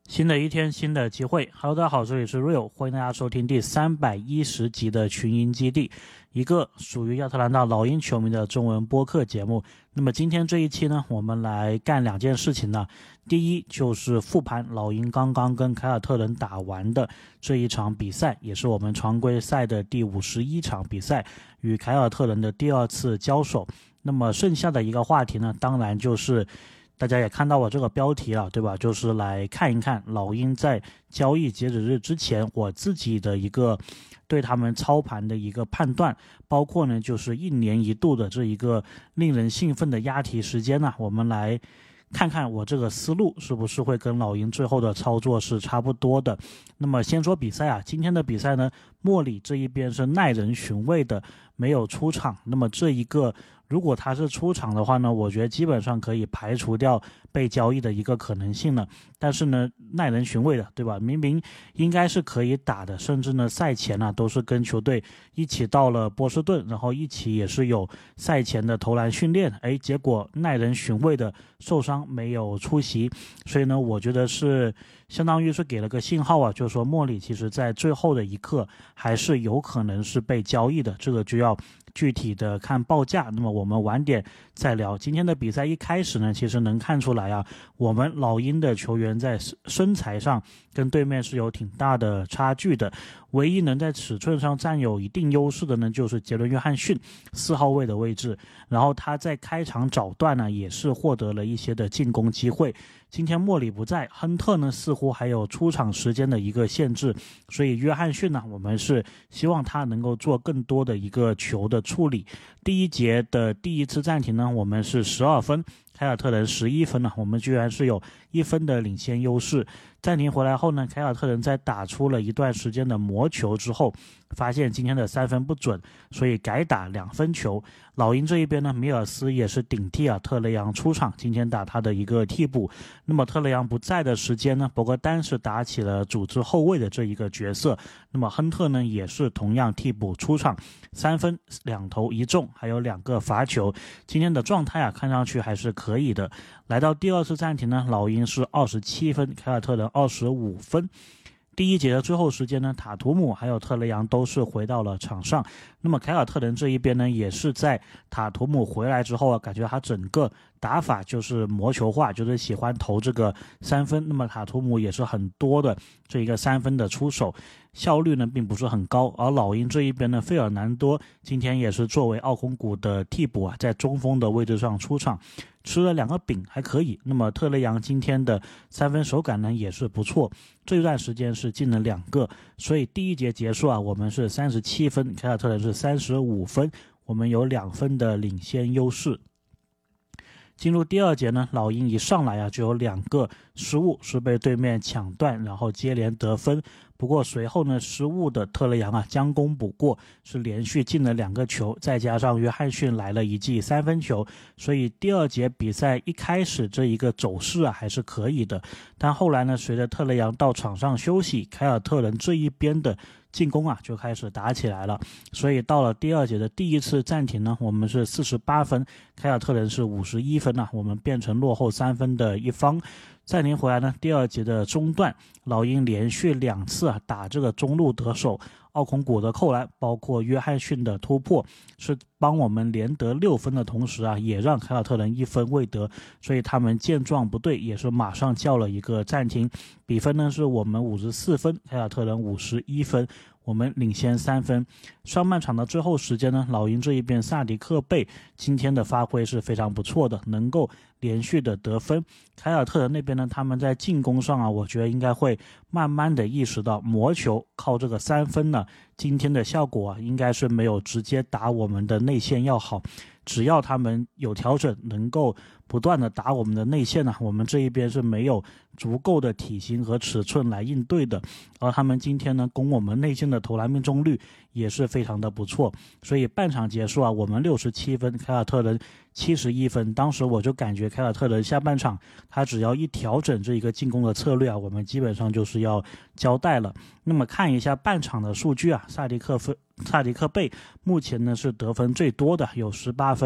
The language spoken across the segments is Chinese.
新的一天，新的机会。Hello，大家好，这里是 Real， 欢迎大家收听第310集的群英基地，一个属于亚特兰大老鹰球迷的中文播客节目。那么今天这一期呢，我们来干两件事情呢。第一就是复盘老鹰刚刚跟凯尔特人打完的这一场比赛，也是我们常规赛的第51场比赛，与凯尔特人的第二次交手。那么剩下的一个话题呢，当然就是大家也看到我这个标题了，对吧？就是来看一看老鹰在交易截止日之前，我自己的一个对他们操盘的一个判断，包括呢就是1年1度的这一个令人兴奋的押题时间呢，我们来看看我这个思路是不是会跟老鹰最后的操作是差不多的。那么先说比赛啊，今天的比赛呢，莫里这一边是耐人寻味的没有出场，那么这一个如果他是出场的话呢，我觉得基本上可以排除掉被交易的一个可能性了。但是呢，耐人寻味的，对吧？明明应该是可以打的，甚至呢赛前呢都是跟球队一起到了波士顿，然后一起也是有赛前的投篮训练，结果耐人寻味的受伤没有出席。所以呢，我觉得是相当于是给了个信号啊，就是说莫里其实在最后的一刻还是有可能是被交易的，这个就要具体的看报价。那么我们晚点再聊。今天的比赛一开始呢，其实能看出来啊，我们老鹰的球员在身材上跟对面是有挺大的差距的，唯一能在尺寸上占有一定优势的呢，就是杰伦约翰逊4号位的位置，然后他在开场早段呢也是获得了一些的进攻机会。今天莫里不在，亨特呢似乎还有出场时间的一个限制，所以约翰逊呢，我们是希望他能够做更多的一个球的处理。第一节的第一次暂停呢，我们是12分，凯尔特人11分呢，我们居然是有1分的领先优势。暂停回来后呢，凯尔特人在打出了一段时间的魔球之后，发现今天的3分不准，所以改打2分球。老鹰这一边呢，米尔斯也是顶替特雷杨出场，今天打他的一个替补。那么特雷杨不在的时间呢，博格丹是打起了组织后卫的这一个角色。那么亨特呢，也是同样替补出场，3分2投1中，还有2个罚球。今天的状态啊，看上去还是可以的。来到第二次暂停呢，老鹰是27分，凯尔特人25分。第一节的最后时间呢，塔图姆还有特雷杨都是回到了场上。那么凯尔特人这一边呢，也是在塔图姆回来之后啊，感觉他整个打法就是魔球化，就是喜欢投这个3分。那么塔图姆也是很多的这一个3分的出手，效率呢并不是很高。而老鹰这一边呢，费尔南多今天也是作为奥孔古的替补啊，在中锋的位置上出场，吃了2个饼还可以。那么特雷杨今天的3分手感呢也是不错，这段时间是进了2个，所以第一节结束啊，我们是37分，凯尔特人是35分，我们有2分的领先优势。进入第二节呢，老鹰一上来啊就有2个失误是被对面抢断，然后接连得分。不过随后呢，失误的特雷杨啊将功补过，是连续进了2个球，再加上约翰逊来了一记3分球，所以第二节比赛一开始这一个走势啊还是可以的。但后来呢，随着特雷杨到场上休息，凯尔特人这一边的进攻啊就开始打起来了。所以到了第二节的第一次暂停呢，我们是48分，凯尔特人是51分啊，我们变成落后3分的一方。暂停回来呢，第二节的中段，老鹰连续2次啊打这个中路得手，奥孔古的扣篮，包括约翰逊的突破，是帮我们连得6分的同时啊，也让凯尔特人1分未得，所以他们见状不对，也是马上叫了一个暂停。比分呢是我们54分，凯尔特人51分，我们领先3分。上半场的最后时间呢，老鹰这一边萨迪克贝今天的发挥是非常不错的，能够连续的得分。凯尔特人那边呢，他们在进攻上啊，我觉得应该会慢慢的意识到魔球靠这个3分呢，今天的效果啊，应该是没有直接打我们的内线要好。只要他们有调整，能够不断的打我们的内线啊，我们这一边是没有足够的体型和尺寸来应对的。而他们今天呢，攻我们内线的投篮命中率也是非常的不错。所以半场结束啊，我们67分，凯尔特人71分。当时我就感觉凯尔特人下半场他只要一调整这一个进攻的策略啊，我们基本上就是要交代了。那么看一下半场的数据啊，萨迪克贝目前呢是得分最多的，有18分。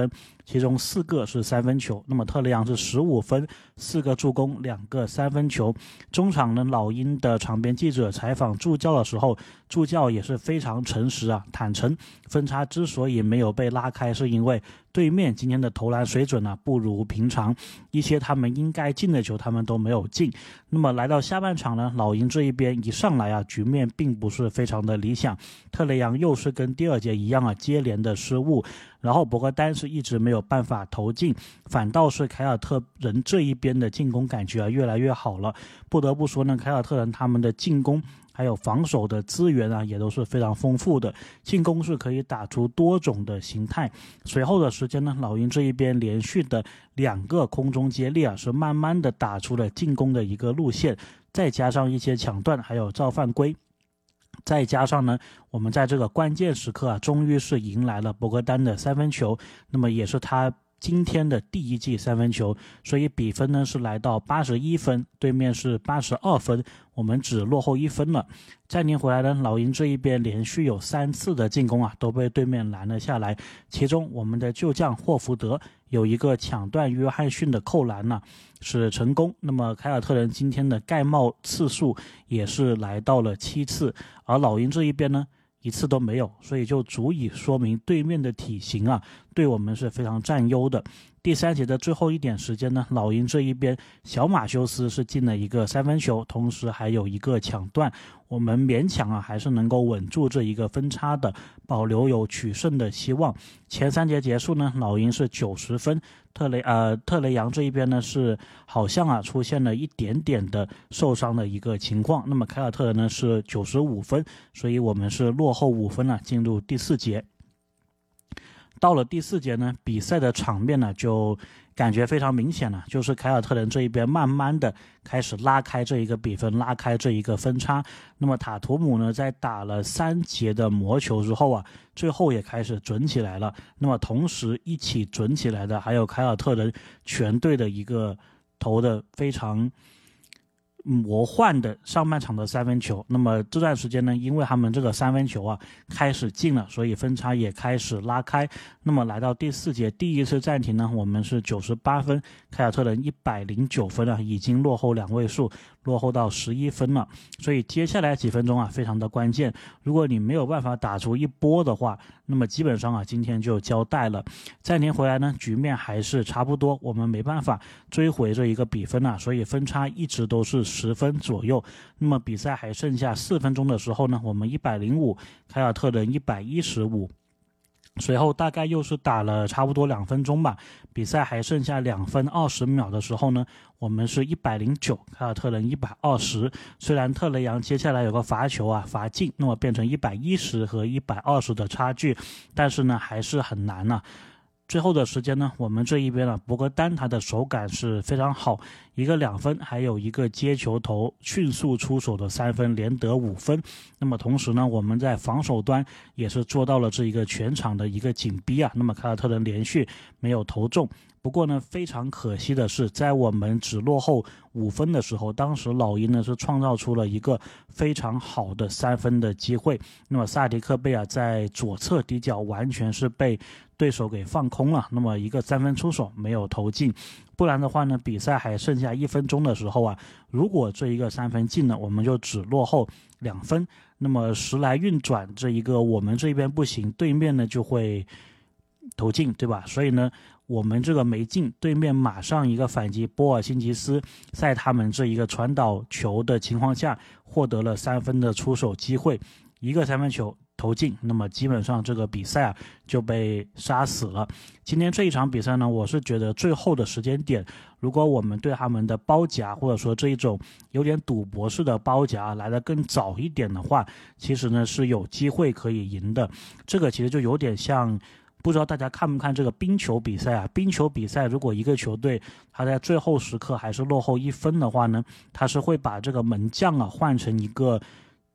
其中4个是三分球。那么特雷杨是15分，4个助攻，2个三分球。中场呢，老鹰的场边记者采访助教的时候，助教也是非常诚实啊，坦诚分差之所以没有被拉开，是因为对面今天的投篮水准不如平常，一些他们应该进的球他们都没有进。那么来到下半场呢，老鹰这一边一上来局面并不是非常的理想，特雷杨又是跟第2节一样接连的失误，然后博格丹是一直没有办法投进，反倒是凯尔特人这一边的进攻感觉越来越好了。不得不说呢，凯尔特人他们的进攻还有防守的资源也都是非常丰富的，进攻是可以打出多种的形态。随后的时间呢，老鹰这一边连续的2个空中接力是慢慢的打出了进攻的一个路线，再加上一些抢断还有造犯规，再加上呢，我们在这个关键时刻终于是迎来了博格丹的三分球，那么也是他今天的第1记三分球，所以比分呢是来到81分，对面是82分，我们只落后1分了。暂停回来呢，老鹰这一边连续有3次的进攻都被对面拦了下来，其中我们的旧将霍福德有一个抢断约翰逊的扣篮是成功。那么凯尔特人今天的盖帽次数也是来到了7次，而老鹰这一边呢1次都没有，所以就足以说明对面的体型对我们是非常占优的。第3节的最后一点时间呢，老鹰这一边小马修斯是进了一个三分球，同时还有一个抢断，我们勉强还是能够稳住这一个分差的，保留有取胜的希望。前3节结束呢，老鹰是90分，特雷杨这一边呢是好像出现了一点点的受伤的一个情况，那么凯尔特人呢是95分，所以我们是落后5分进入第4节。到了第4节呢，比赛的场面就感觉非常明显了，就是凯尔特人这一边慢慢的开始拉开这一个比分，拉开这一个分差。那么塔图姆呢，在打了3节的魔球之后最后也开始准起来了。那么同时一起准起来的还有凯尔特人全队的一个投的非常魔幻的上半场的三分球。那么这段时间呢，因为他们这个三分球开始进了，所以分差也开始拉开。那么来到第4节第1次暂停呢，我们是98分，凯尔特人109分已经落后2位数，落后到11分了。所以接下来几分钟非常的关键，如果你没有办法打出一波的话，那么基本上今天就交代了。暂停回来呢，局面还是差不多，我们没办法追回这一个比分所以分差一直都是10分左右。那么比赛还剩下4分钟的时候呢，我们105，凯尔特人115。随后大概又是打了差不多2分钟吧，比赛还剩下2分20秒的时候呢，我们是109，凯尔特人120。虽然特雷杨接下来有个罚球罚进，那么变成110和120的差距，但是呢还是很难最后的时间呢，我们这一边博格丹他的手感是非常好，一个2分，还有一个接球投迅速出手的3分，连得5分。那么同时呢，我们在防守端也是做到了这一个全场的一个紧逼那么凯尔特人连续没有投中。不过呢，非常可惜的是，在我们只落后5分的时候，当时老鹰呢是创造出了一个非常好的3分的机会。那么萨迪克贝在左侧底角完全是被对手给放空了，那么一个3分出手没有投进。不然的话呢，比赛还剩下1分钟的时候如果这一个3分进了，我们就只落后2分。那么时来运转，这一个我们这边不行，对面呢就会投进，对吧？所以呢，我们这个没进，对面马上一个反击，波尔辛吉斯在他们这一个传导球的情况下获得了3分的出手机会，一个3分球投进，那么基本上这个比赛就被杀死了。今天这一场比赛呢，我是觉得最后的时间点，如果我们对他们的包夹，或者说这一种有点赌博式的包夹来得更早一点的话，其实呢是有机会可以赢的。这个其实就有点像，不知道大家看不看这个冰球比赛冰球比赛如果一个球队他在最后时刻还是落后1分的话呢，他是会把这个门将换成一个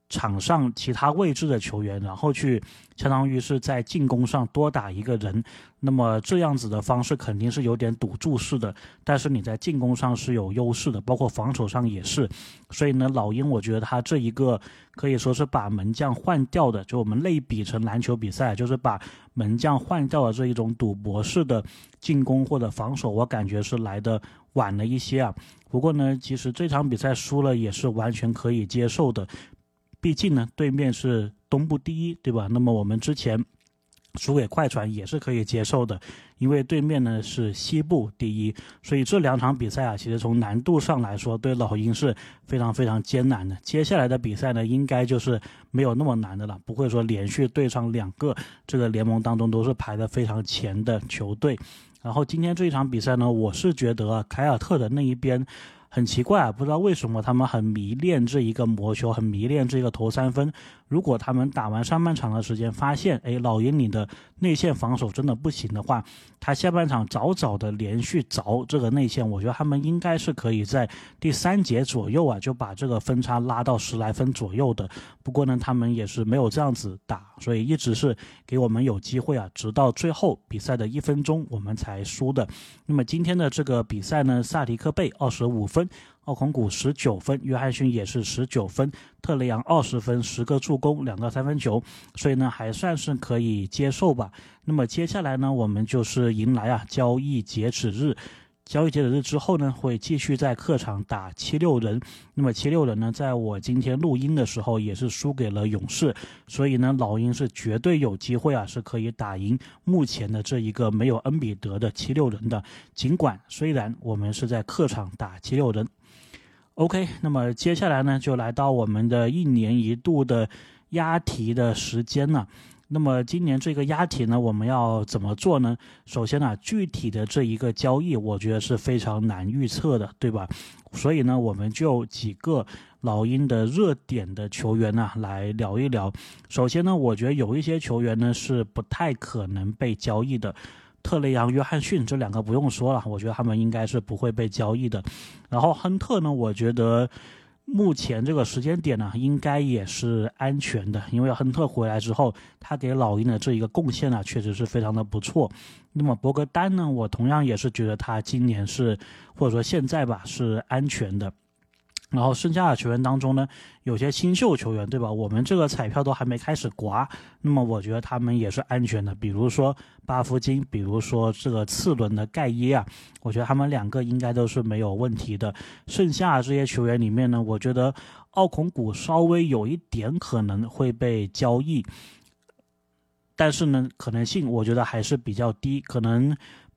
场上其他位置的球员，然后去相当于是在进攻上多打一个人，那么这样子的方式肯定是有点赌注式的，但是你在进攻上是有优势的，包括防守上也是。所以呢，老鹰我觉得他这一个可以说是把门将换掉的，就我们类比成篮球比赛，就是把门将换掉的这一种赌博式的进攻或者防守，我感觉是来的晚了一些啊。不过呢，其实这场比赛输了也是完全可以接受的，毕竟呢，对面是东部第一，对吧？那么我们之前输给快船也是可以接受的，因为对面呢是西部第一，所以这2场比赛啊，其实从难度上来说，对老鹰是非常非常艰难的。接下来的比赛呢，应该就是没有那么难的了，不会说连续对上2个这个联盟当中都是排得非常前的球队。然后今天这一场比赛呢，我是觉得凯尔特人那一边很奇怪啊，不知道为什么他们很迷恋这一个魔球，很迷恋这个投3分。如果他们打完上半场的时间发现，老鹰你的内线防守真的不行的话，他下半场早早的连续凿这个内线，我觉得他们应该是可以在第3节左右啊就把这个分差拉到10来分左右的。不过呢，他们也是没有这样子打，所以一直是给我们有机会啊，直到最后比赛的1分钟我们才输的。那么今天的这个比赛呢，萨迪克贝25分，奥孔古19分，约翰逊也是19分，特雷杨20分，10个助攻，2个3分球，所以呢还算是可以接受吧。那么接下来呢，我们就是迎来交易截止日。交易截止日之后呢，会继续在客场打76人。那么76人呢，在我今天录音的时候也是输给了勇士，所以呢，老鹰是绝对有机会是可以打赢目前的这一个没有恩比德的76人的。尽管虽然我们是在客场打76人。OK， 那么接下来呢，就来到我们的1年1度的押题的时间了。那么今年这个押题呢，我们要怎么做呢？首先具体的这一个交易，我觉得是非常难预测的，对吧？所以呢，我们就几个老鹰的热点的球员来聊一聊。首先呢，我觉得有一些球员呢是不太可能被交易的。特雷杨、约翰逊这2个不用说了，我觉得他们应该是不会被交易的。然后亨特呢，我觉得目前这个时间点呢，应该也是安全的，因为亨特回来之后，他给老鹰的这一个贡献确实是非常的不错。那么博格丹呢，我同样也是觉得他今年是或者说现在吧是安全的。然后剩下的球员当中呢，有些新秀球员，对吧？我们这个彩票都还没开始刮，那么我觉得他们也是安全的。比如说巴夫金，比如说这个次轮的盖耶我觉得他们2个应该都是没有问题的。剩下的这些球员里面呢，我觉得奥孔古稍微有一点可能会被交易，但是呢，可能性我觉得还是比较低，可能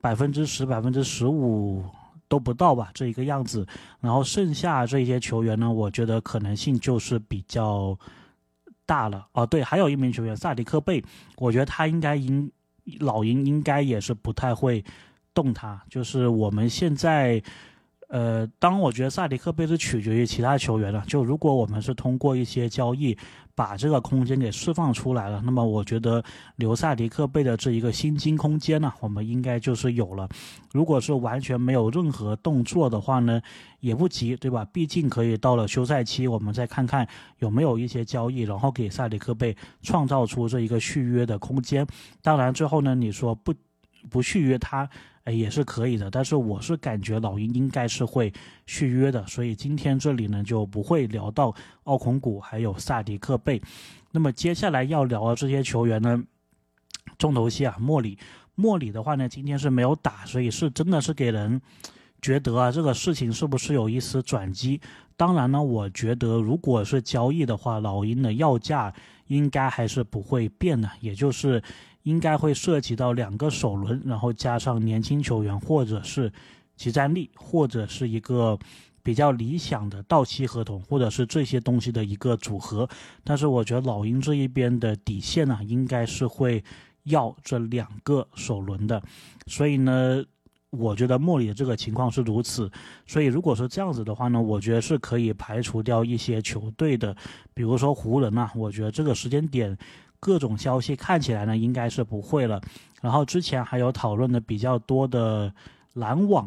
10%、15%。都不到吧，这一个样子。然后剩下这些球员呢，我觉得可能性就是比较大了。对，还有一名球员萨迪克贝，我觉得他老鹰应该也是不太会动他。就是我们现在当然我觉得萨迪克贝是取决于其他球员了。就如果我们是通过一些交易把这个空间给释放出来了，那么我觉得留萨迪克贝的这一个薪金空间我们应该就是有了。如果是完全没有任何动作的话呢，也不急，对吧？毕竟可以到了休赛期，我们再看看有没有一些交易，然后给萨迪克贝创造出这一个续约的空间。当然最后呢，你说不续约他也是可以的，但是我是感觉老鹰应该是会续约的，所以今天这里呢就不会聊到奥孔古还有萨迪克贝。那么接下来要聊的这些球员呢，重头戏莫里的话呢，今天是没有打，所以是真的是给人觉得这个事情是不是有一丝转机。当然呢，我觉得如果是交易的话，老鹰的要价应该还是不会变的，也就是应该会涉及到2个首轮，然后加上年轻球员，或者是即战力，或者是一个比较理想的到期合同，或者是这些东西的一个组合。但是我觉得老鹰这一边的底线应该是会要这2个首轮的。所以呢，我觉得莫里的这个情况是如此。所以如果是这样子的话呢，我觉得是可以排除掉一些球队的，比如说湖人我觉得这个时间点各种消息看起来呢应该是不会了。然后之前还有讨论的比较多的篮网，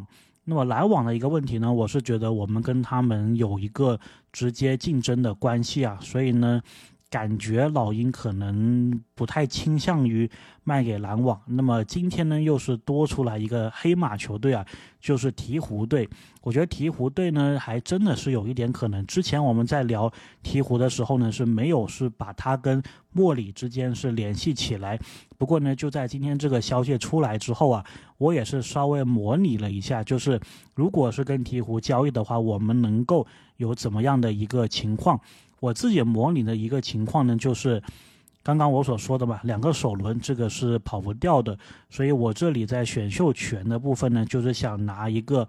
那么篮网的一个问题呢，我是觉得我们跟他们有一个直接竞争的关系啊，所以呢感觉老鹰可能不太倾向于卖给篮网。那么今天呢又是多出来一个黑马球队啊，就是鹈鹕队。我觉得鹈鹕队呢还真的是有一点可能，之前我们在聊鹈鹕的时候呢是没有是把它跟莫里之间是联系起来，不过呢就在今天这个消息出来之后啊，我也是稍微模拟了一下，就是如果是跟鹈鹕交易的话，我们能够有怎么样的一个情况。我自己模拟的一个情况呢，就是刚刚我所说的嘛，2个首轮这个是跑不掉的，所以我这里在选秀权的部分呢，就是想拿一个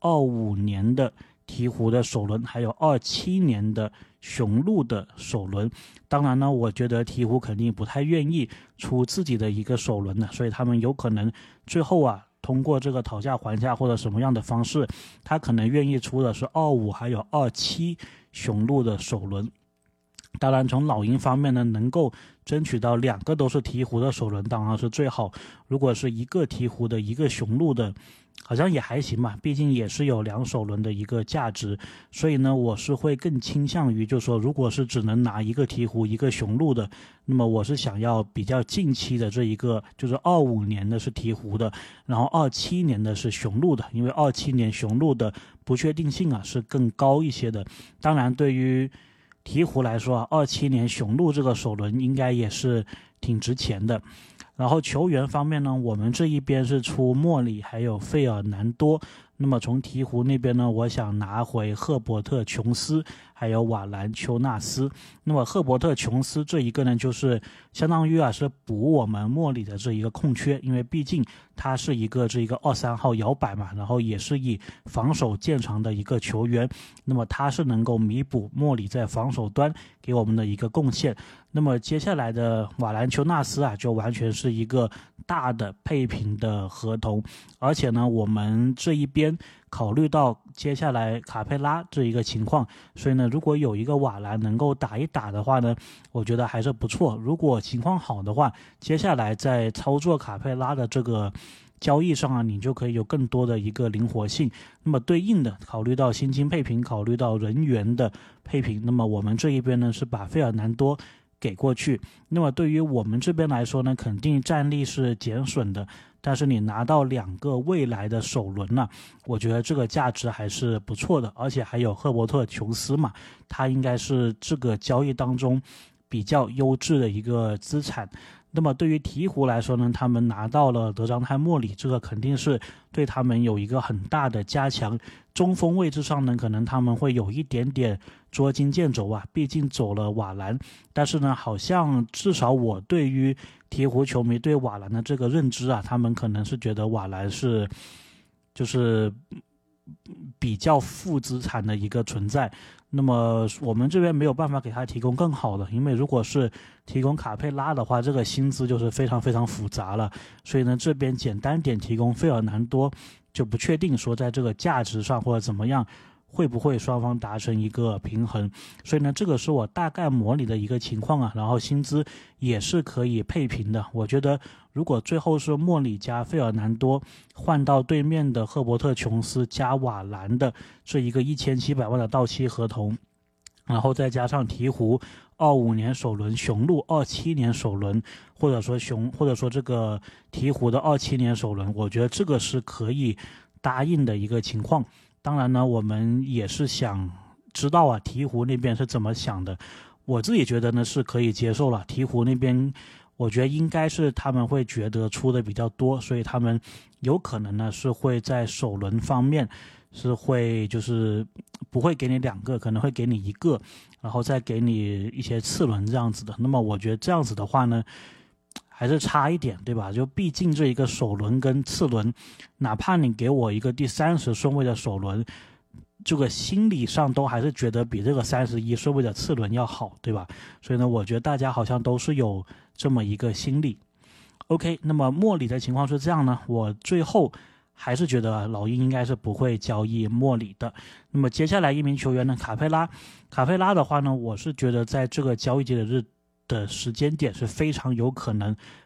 25年的鹈鹕的首轮，还有27年的雄鹿的首轮。当然呢，我觉得鹈鹕肯定不太愿意出自己的一个首轮的，所以他们有可能最后啊通过这个讨价还价或者什么样的方式，他可能愿意出的是25还有27雄鹿的首轮。当然从老鹰方面呢，能够争取到2个都是鹈鹕的首轮当然是最好，如果是一个鹈鹕的一个雄鹿的好像也还行吧，毕竟也是有2首轮的一个价值。所以呢我是会更倾向于就是说，如果是只能拿一个鹈鹕一个雄鹿的，那么我是想要比较近期的这一个，就是25年的是鹈鹕的，然后27年的是雄鹿的，因为27年雄鹿的不确定性啊是更高一些的。当然对于鹈鹕来说啊，27年雄鹿这个首轮应该也是挺值钱的。然后球员方面呢，我们这一边是出莫里还有费尔南多。那么从鹈鹕那边呢，我想拿回赫伯特琼斯还有瓦兰丘纳斯。那么赫伯特琼斯这一个呢，就是相当于啊是补我们莫里的这一个空缺，因为毕竟他是一个23号摇摆嘛，然后也是以防守见长的一个球员，那么他是能够弥补莫里在防守端给我们的一个贡献。那么接下来的瓦兰丘纳斯啊，就完全是一个大的配平的合同，而且呢我们这一边考虑到接下来卡佩拉这一个情况，所以呢如果有一个瓦兰能够打一打的话呢，我觉得还是不错。如果情况好的话，接下来在操作卡佩拉的这个交易上啊，你就可以有更多的一个灵活性。那么对应的考虑到薪金配平，考虑到人员的配平，那么我们这一边呢是把费尔南多给过去。那么对于我们这边来说呢，肯定战力是减损的，但是你拿到2个未来的首轮呢，我觉得这个价值还是不错的。而且还有赫伯特琼斯嘛，他应该是这个交易当中比较优质的一个资产。那么对于鹈鹕来说呢，他们拿到了德章泰莫里，这个肯定是对他们有一个很大的加强。中锋位置上呢，可能他们会有一点点捉襟见肘啊，毕竟走了瓦兰。但是呢，好像至少我对于鹈鹕球迷对瓦兰的这个认知啊，他们可能是觉得瓦兰是就是比较负资产的一个存在。那么我们这边没有办法给他提供更好的，因为如果是提供卡佩拉的话，这个薪资就是非常非常复杂了。所以呢，这边简单点提供费尔南多，就不确定说在这个价值上或者怎么样，会不会双方达成一个平衡。所以呢，这个是我大概模拟的一个情况啊，然后薪资也是可以配平的。我觉得如果最后是莫里加费尔南多换到对面的赫伯特琼斯加瓦兰的这一个1700万的到期合同，然后再加上鹈鹕25年首轮，雄鹿27年首轮，或者说这个鹈鹕的27年首轮，我觉得这个是可以答应的一个情况。当然呢，我们也是想知道啊，鹈鹕那边是怎么想的。我自己觉得呢是可以接受了，鹈鹕那边我觉得应该是他们会觉得出的比较多，所以他们有可能呢是会在首轮方面是会就是不会给你2个，可能会给你1个，然后再给你一些次轮这样子的。那么我觉得这样子的话呢还是差一点，对吧？就毕竟这一个首轮跟次轮，哪怕你给我一个第30顺位的首轮，这个心理上都还是觉得比这个31顺位的次轮要好，对吧？所以呢，我觉得大家好像都是有这么一个心理。OK， 那么莫里的情况是这样呢，我最后还是觉得老鹰应该是不会交易莫里的。那么接下来一名球员呢，卡佩拉的话呢，我是觉得在这个交易节的时间点是非常有可能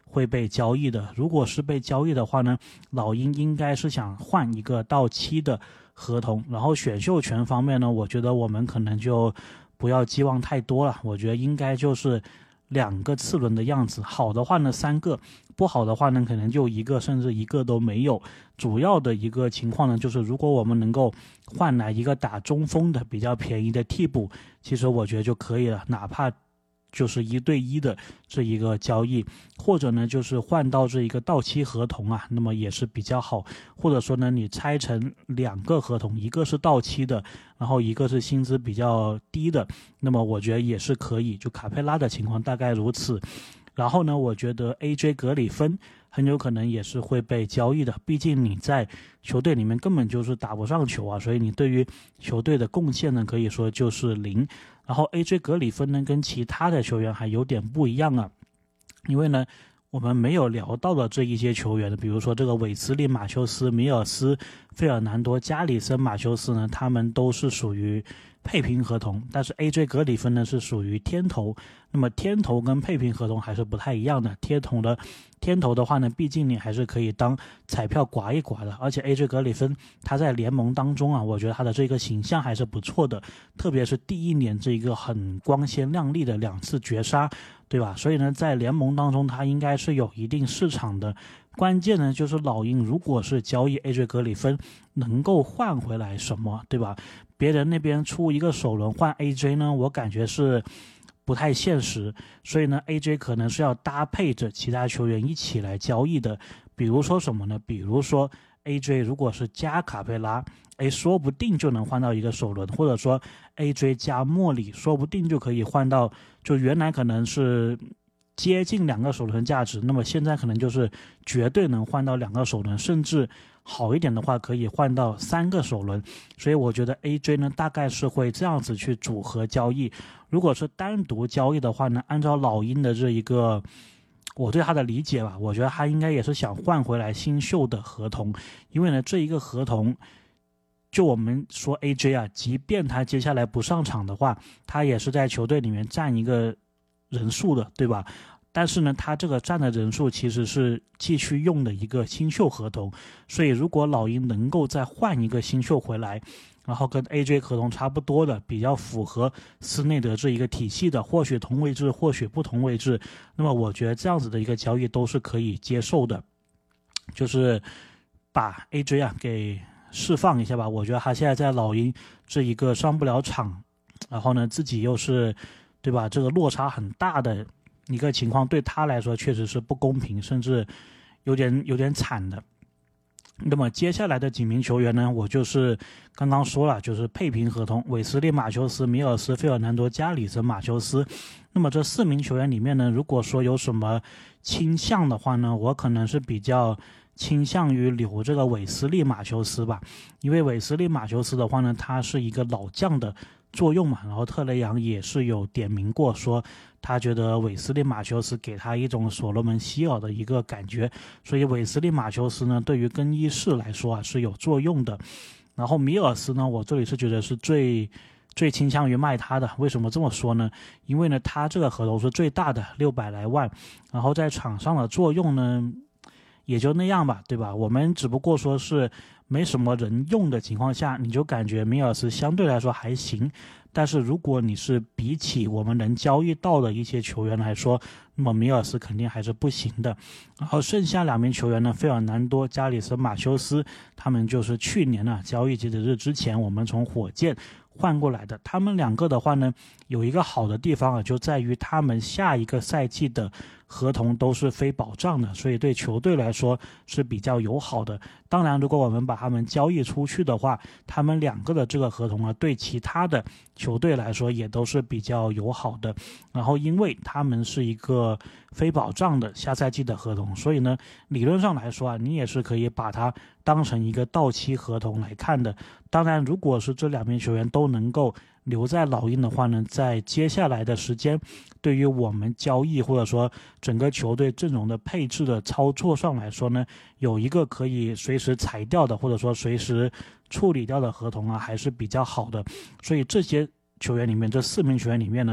会被交易的。如果是被交易的话呢，老鹰应该是想换一个到期的合同。然后选秀权方面呢，我觉得我们可能就不要寄望太多了，我觉得应该就是2个次轮的样子，好的话呢3个，不好的话呢可能就1个，甚至1个都没有。主要的一个情况呢，就是如果我们能够换来一个打中锋的比较便宜的替补，其实我觉得就可以了，哪怕就是1对1的这一个交易，或者呢就是换到这一个到期合同啊，那么也是比较好。或者说呢你拆成2个合同，一个是到期的，然后一个是薪资比较低的，那么我觉得也是可以。就卡佩拉的情况大概如此。然后呢我觉得 AJ 格里芬很有可能也是会被交易的，毕竟你在球队里面根本就是打不上球啊，所以你对于球队的贡献呢可以说就是0。然后 AJ 格里芬呢跟其他的球员还有点不一样啊，因为呢我们没有聊到的这一些球员，比如说这个韦斯利马修斯、米尔斯、费尔南多、加里森马修斯呢，他们都是属于配平合同，但是 AJ 格里芬呢是属于天头。那么天头跟配平合同还是不太一样的，天头的话呢，毕竟你还是可以当彩票刮一刮的。而且 AJ 格里芬他在联盟当中啊，我觉得他的这个形象还是不错的，特别是第1年这一个很光鲜亮丽的2次绝杀，对吧？所以呢在联盟当中他应该是有一定市场的。关键呢就是老鹰如果是交易 AJ 格里芬能够换回来什么，对吧？别人那边出一个首轮换 AJ 呢，我感觉是不太现实，所以呢 AJ 可能是要搭配着其他球员一起来交易的。比如说什么呢？比如说 AJ 如果是加卡佩拉，说不定就能换到一个首轮，或者说 AJ 加莫里，说不定就可以换到，就原来可能是接近2个首轮价值，那么现在可能就是绝对能换到2个首轮，甚至好一点的话可以换到3个首轮。所以我觉得 AJ 呢大概是会这样子去组合交易。如果是单独交易的话呢，按照老鹰的这一个我对他的理解吧，我觉得他应该也是想换回来新秀的合同。因为呢这一个合同，就我们说 AJ 啊，即便他接下来不上场的话，他也是在球队里面占一个人数的，对吧？但是呢他这个占的人数其实是继续用的一个新秀合同，所以如果老鹰能够再换一个新秀回来，然后跟 AJ 合同差不多的，比较符合斯内德这一个体系的，或许同位置或许不同位置，那么我觉得这样子的一个交易都是可以接受的。就是把 AJ 啊给释放一下吧，我觉得他现在在老鹰这一个上不了场，然后呢自己又是对吧，这个落差很大的一个情况，对他来说确实是不公平，甚至有点惨的。那么接下来的几名球员呢，我就是刚刚说了，就是配平合同，韦斯利马修斯、米尔斯、费尔南多、加里森马修斯。那么这4名球员里面呢，如果说有什么倾向的话呢，我可能是比较倾向于留这个韦斯利马修斯吧。因为韦斯利马修斯的话呢，他是一个老将的作用嘛，然后特雷杨也是有点名过，说他觉得韦斯利马修斯给他一种所罗门希尔的一个感觉，所以韦斯利马修斯呢对于更衣室来说啊是有作用的。然后米尔斯呢，我这里是觉得是最倾向于卖他的。为什么这么说呢？因为呢他这个合同是最大的600来万，然后在场上的作用呢也就那样吧，对吧？我们只不过说是没什么人用的情况下，你就感觉米尔斯相对来说还行。但是如果你是比起我们能交易到的一些球员来说，那么米尔斯肯定还是不行的。然后剩下2名球员呢，费尔南多、加里森马修斯，他们就是去年交易截止日之前我们从火箭换过来的。他们2个的话呢，有一个好的地方就在于他们下一个赛季的合同都是非保障的，所以对球队来说是比较友好的。当然如果我们把他们交易出去的话，他们2个的这个合同对其他的球队来说也都是比较友好的。然后因为他们是一个非保障的下赛季的合同，所以呢理论上来说你也是可以把它当成一个到期合同来看的。当然如果是这2名球员都能够留在老鹰的话呢，在接下来的时间，对于我们交易或者说整个球队阵容的配置的操作上来说呢，有一个可以随时裁掉的或者说随时处理掉的合同还是比较好的。所以这些球员里面，这4名球员里面呢，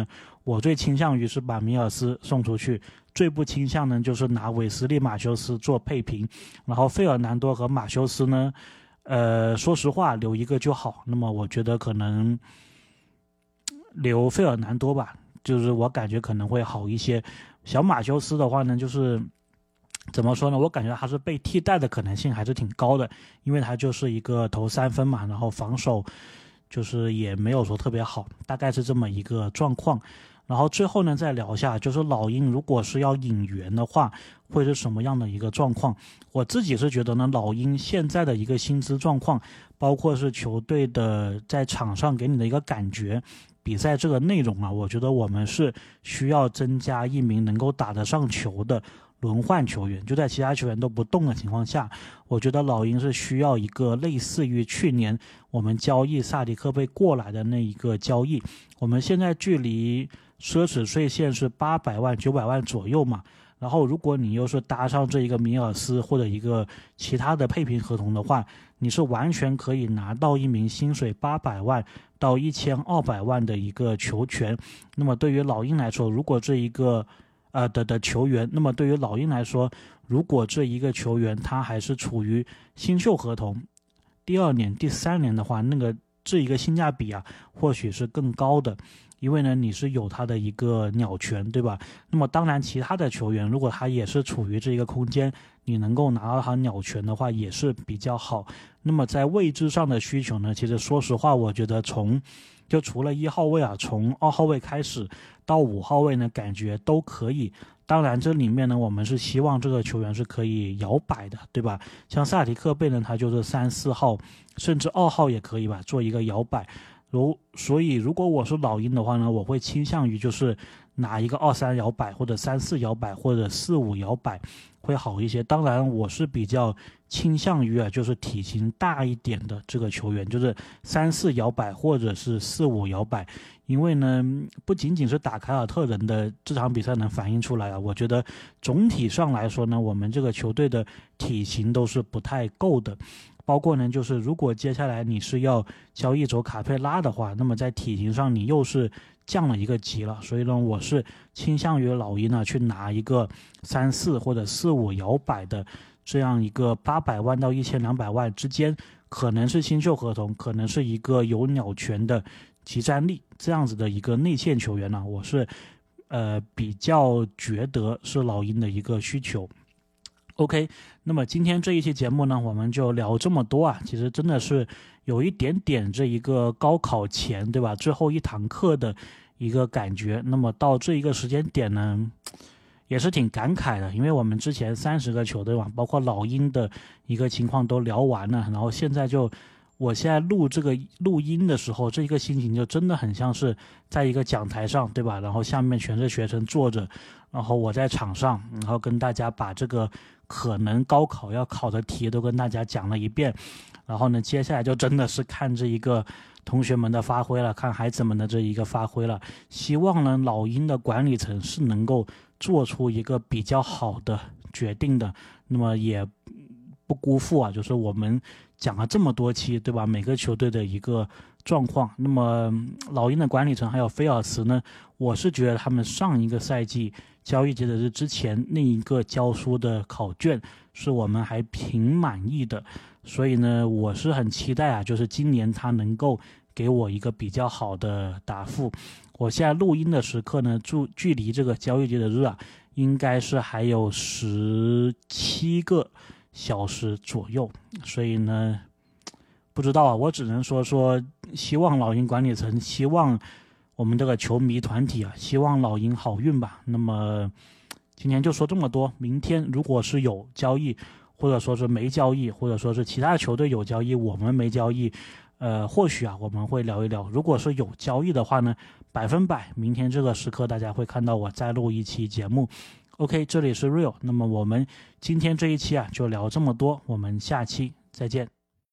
我最倾向于是把米尔斯送出去，最不倾向呢就是拿韦斯利马修斯做配平，然后费尔南多和马修斯呢，说实话留一个就好。那么我觉得可能留费尔南多吧，就是我感觉可能会好一些。小马修斯的话呢，就是怎么说呢，我感觉他是被替代的可能性还是挺高的，因为他就是一个投3分嘛，然后防守就是也没有说特别好，大概是这么一个状况。然后最后呢再聊一下，就是老鹰如果是要引援的话会是什么样的一个状况。我自己是觉得呢，老鹰现在的一个薪资状况，包括是球队的在场上给你的一个感觉，比赛这个内容啊，我觉得我们是需要增加一名能够打得上球的轮换球员。就在其他球员都不动的情况下，我觉得老鹰是需要一个类似于去年我们交易萨迪克贝过来的那一个交易。我们现在距离奢侈税线是800万900万左右嘛，然后如果你又是搭上这一个米尔斯或者一个其他的配平合同的话，你是完全可以拿到一名薪水800万到1200万的一个球权。那么对于老鹰来说，如果这一个的球员，那么对于老鹰来说，如果这一个球员他还是处于新秀合同第2年第3年的话，这一个性价比啊或许是更高的，因为呢你是有他的一个鸟权，对吧？那么当然其他的球员如果他也是处于这一个空间，你能够拿到他鸟权的话也是比较好。那么在位置上的需求呢，其实说实话我觉得就除了1号位啊，从2号位开始到5号位呢，感觉都可以。当然这里面呢，我们是希望这个球员是可以摇摆的，对吧？像萨迪克贝呢，他就是3、4号甚至2号也可以吧，做一个摇摆。所以如果我是老鹰的话呢，我会倾向于就是拿一个2-3摇摆，或者3-4摇摆，或者4-5摇摆会好一些。当然我是比较倾向于就是体型大一点的这个球员，就是3-4摇摆或者是4-5摇摆。因为呢不仅仅是打凯尔特人的这场比赛能反映出来啊，我觉得总体上来说呢，我们这个球队的体型都是不太够的。包括呢就是如果接下来你是要交易走卡佩拉的话，那么在体型上你又是降了一个级了。所以呢我是倾向于老鹰呢去拿一个3-4或者4-5摇摆的这样一个800万到1200万之间，可能是新秀合同，可能是一个有鸟权的即战力这样子的一个内线球员呢，我是比较觉得是老鹰的一个需求。OK， 那么今天这一期节目呢，我们就聊这么多啊。其实真的是有一点点这一个高考前，对吧？最后一堂课的一个感觉。那么到这一个时间点呢，也是挺感慨的，因为我们之前30个球队嘛，包括老鹰的一个情况都聊完了，然后现在我现在录这个录音的时候，这一个心情就真的很像是在一个讲台上，对吧？然后下面全是学生坐着，然后我在场上，然后跟大家把这个可能高考要考的题都跟大家讲了一遍。然后呢，接下来就真的是看这一个同学们的发挥了，看孩子们的这一个发挥了。希望呢，老鹰的管理层是能够做出一个比较好的决定的。那么也不辜负啊，就是我们讲了这么多期，对吧？每个球队的一个状况。那么老鹰的管理层还有菲尔茨呢，我是觉得他们上一个赛季交易截止日之前那一个教书的考卷是我们还挺满意的。所以呢，我是很期待啊，就是今年他能够给我一个比较好的答复。我现在录音的时刻呢，距离这个交易截止日啊，应该是还有17个小时左右。所以呢，不知道啊，我只能说希望老鹰管理层，希望我们这个球迷团体啊，希望老鹰好运吧。那么今天就说这么多，明天如果是有交易，或者说是没交易，或者说是其他的球队有交易我们没交易，或许啊我们会聊一聊。如果是有交易的话呢，100%明天这个时刻大家会看到我再录一期节目。OK， 这里是 Real， 那么我们今天这一期啊就聊这么多，我们下期再见。